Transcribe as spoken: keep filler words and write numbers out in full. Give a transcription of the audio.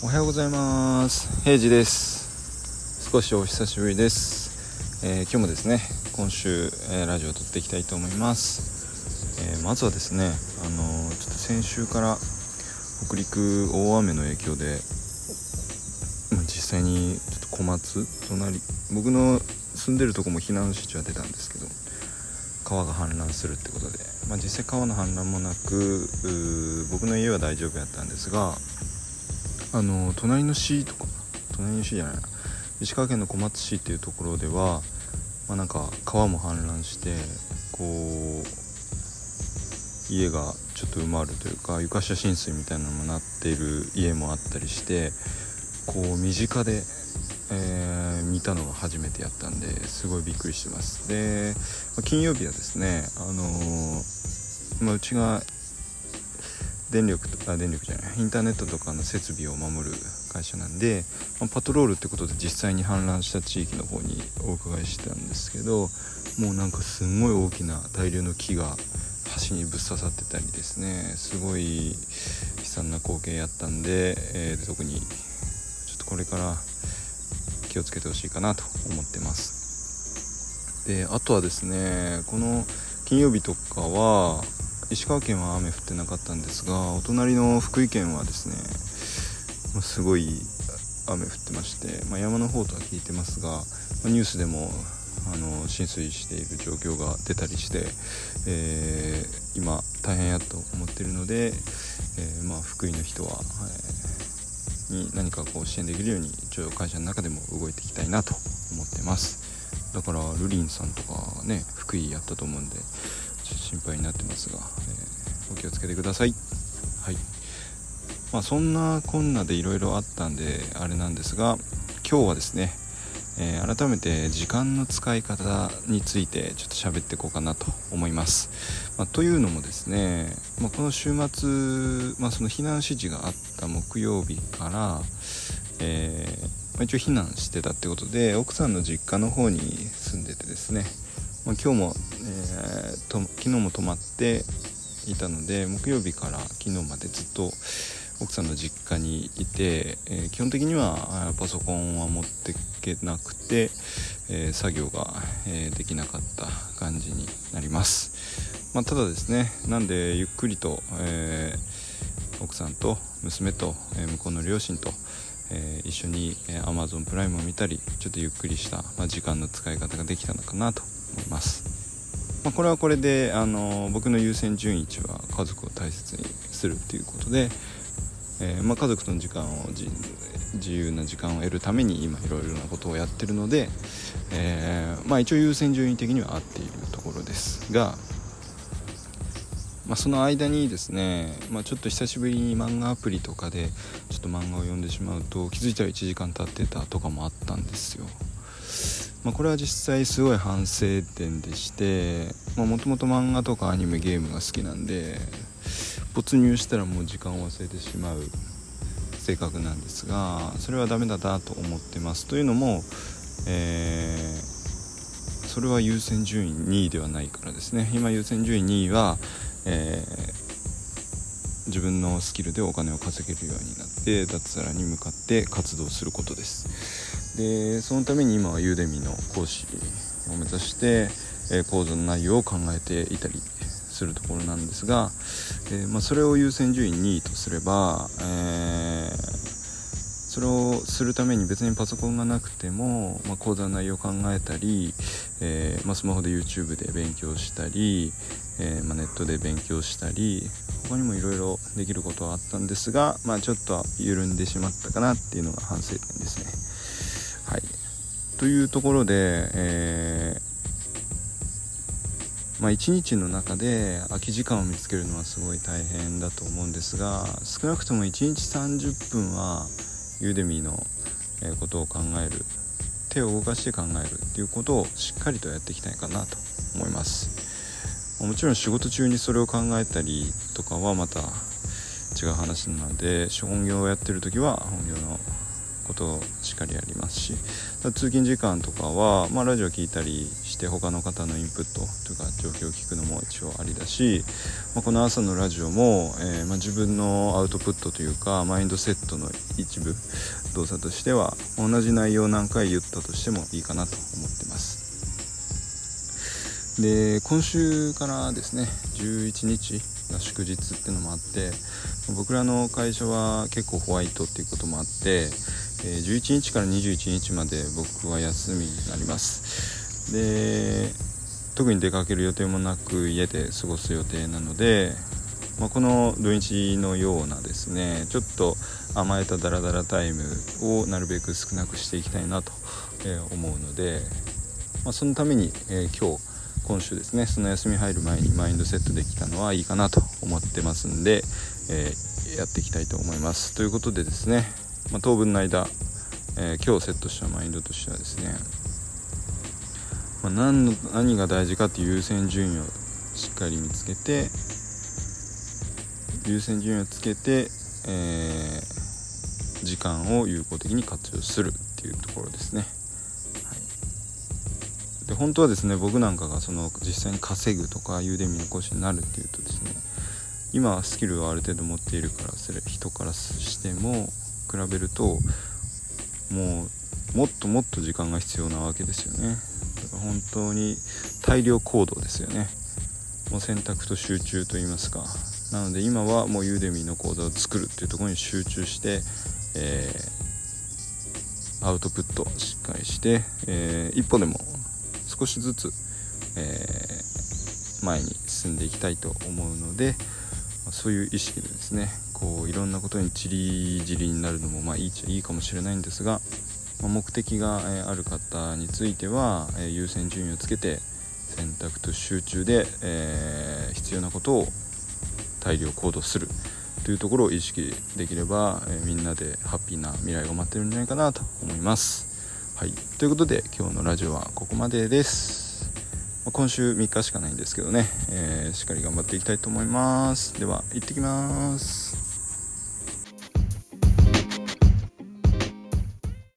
はようございます。平治です。少しお久しぶりです。えー、今日もですね今週、えー、ラジオを撮っていきたいと思います。えー、まずはですね、あのー、ちょっと先週から北陸大雨の影響で、まあ、実際にちょっと小松隣僕の住んでるとこも避難指示は出たんですけど、川が氾濫するってことで、まあ、実際川の氾濫もなく僕の家は大丈夫やったんですが、あの隣の市とか隣の市じゃないな石川県の小松市っていうところでは、まあ、なんか川も氾濫してこう家がちょっと埋まるというか床下浸水みたいなのもなっている家もあったりして、こう身近で、えー、見たのが初めてやったんですごいびっくりしてます。で、まあ、金曜日はですね、あのーまあ、うちが電力とか電力じゃないインターネットとかの設備を守る会社なんで、まあ、パトロールってことで実際に氾濫した地域の方にお伺いしてたんですけど、もうなんかすんごい大きな大量の木が橋にぶっ刺さってたりですね、すごい悲惨な光景やったんで、えー、特にちょっとこれから気をつけてほしいかなと思ってます。で、あとはですね、この金曜日とかは石川県は雨降ってなかったんですが、お隣の福井県はですね、まあ、すごい雨降ってまして、まあ、山の方とは聞いてますが、まあ、ニュースでもあの浸水している状況が出たりして、えー、今大変やと思っているので、えーまあ、福井の人は、えー、に何かこう支援できるように一応会社の中でも動いていきたいなと思ってます。だからルリンさんとかね福井やったと思うんで心配になってますが、えー、お気をつけてください。はい。まあそんなこんなでいろいろあったんであれなんですが、今日はですね、えー、改めて時間の使い方についてちょっと喋っていこうかなと思います。まあ、というのもですね、まあ、この週末、まあ、その避難指示があった木曜日から、えーまあ、一応避難してたってことで奥さんの実家の方に住んでてですね、まあ、今日も、えー、と昨日も泊まっていたので木曜日から昨日までずっと奥さんの実家にいて、えー、基本的にはパソコンは持ってけなくて、えー、作業が、えー、できなかった感じになります。まあ、ただですね、なんでゆっくりと、えー、奥さんと娘と、えー、向こうの両親とえー、一緒に、えー、Amazon プライムを見たりちょっとゆっくりした、まあ、時間の使い方ができたのかなと思います。まあ、これはこれで、あのー、僕の優先順位値は家族を大切にするということで、えーまあ、家族との時間を自由な時間を得るために今いろいろなことをやってるので、えーまあ、一応優先順位的には合っているところですが、まあ、その間にですね、まあ、ちょっと久しぶりに漫画アプリとかでちょっと漫画を読んでしまうと気づいたらいちじかん経ってたとかもあったんですよ。まあ、これは実際すごい反省点でして、もともと漫画とかアニメゲームが好きなんで没入したらもう時間を忘れてしまう性格なんですが、それはダメだなと思ってます。というのも、えー、それは優先順位にいではないからですね。今優先順位にいはえー、自分のスキルでお金を稼げるようになって脱サラに向かって活動することです。で、そのために今はユーデミの講師を目指して、えー、講座の内容を考えていたりするところなんですが、えーまあ、それを優先順位にいとすれば、えーそれをするために別にパソコンがなくても、まあ、講座の内容を考えたり、えーまあ、スマホで YouTube で勉強したり、えーまあ、ネットで勉強したり他にもいろいろできることはあったんですが、まあ、ちょっと緩んでしまったかなっていうのが反省点ですね。はい。というところで、えーまあ、いちにちの中で空き時間を見つけるのはすごい大変だと思うんですが、少なくともいちにちさんじゅっぷんはユーデミーのことを考える、手を動かして考えるっていうことをしっかりとやっていきたいかなと思います。もちろん仕事中にそれを考えたりとかはまた違う話なので、本業をやってる時は本業のことをしっかりやりますし、通勤時間とかは、まあ、ラジオ聞いたりして他の方のインプットとか状況を聞くのも一応ありだし、まあ、この朝のラジオも、えーまあ、自分のアウトプットというかマインドセットの一部動作としては同じ内容を何回言ったとしてもいいかなと思ってます。で今週からですねじゅういちにちが祝日っていうのもあって、僕らの会社は結構ホワイトっていうこともあって、えー、じゅういちにちからにじゅういちにちまで僕は休みになります。で特に出かける予定もなく家で過ごす予定なので、まあ、この土日のようなですねちょっと甘えたダラダラタイムをなるべく少なくしていきたいなと思うので、まあ、そのために、えー、今日今週ですねその休み入る前にマインドセットできたのはいいかなと思ってますんで、えー、やっていきたいと思います。ということでですね、まあ、当分の間、えー、今日セットしたマインドとしてはですね、まあ、何の何が大事かっていう優先順位をしっかり見つけて優先順位をつけて、えー、時間を有効的に活用するっていうところですね。で本当はですね僕なんかがその実際に稼ぐとかユーデミの講師になるっていうとですね、今はスキルをある程度持っているからする人からしても比べるともうもっともっと時間が必要なわけですよね。だから本当に大量行動ですよね。もう選択と集中といいますか、なので今はもうユーデミの講座を作るっていうところに集中して、えー、アウトプットをしっかりして、えー、一歩でも少しずつ、えー、前に進んでいきたいと思うので、そういう意識でですねこういろんなことにちりぢりになるのもまあいいっちゃいいかもしれないんですが、まあ、目的が、えー、ある方については、えー、優先順位をつけて選択と集中で、えー、必要なことを大量行動するというところを意識できれば、えー、みんなでハッピーな未来が待ってるんじゃないかなと思います。はい、ということで今日のラジオはここまでです。今週みっかしかないんですけどね、えー、しっかり頑張っていきたいと思います。では行ってきます。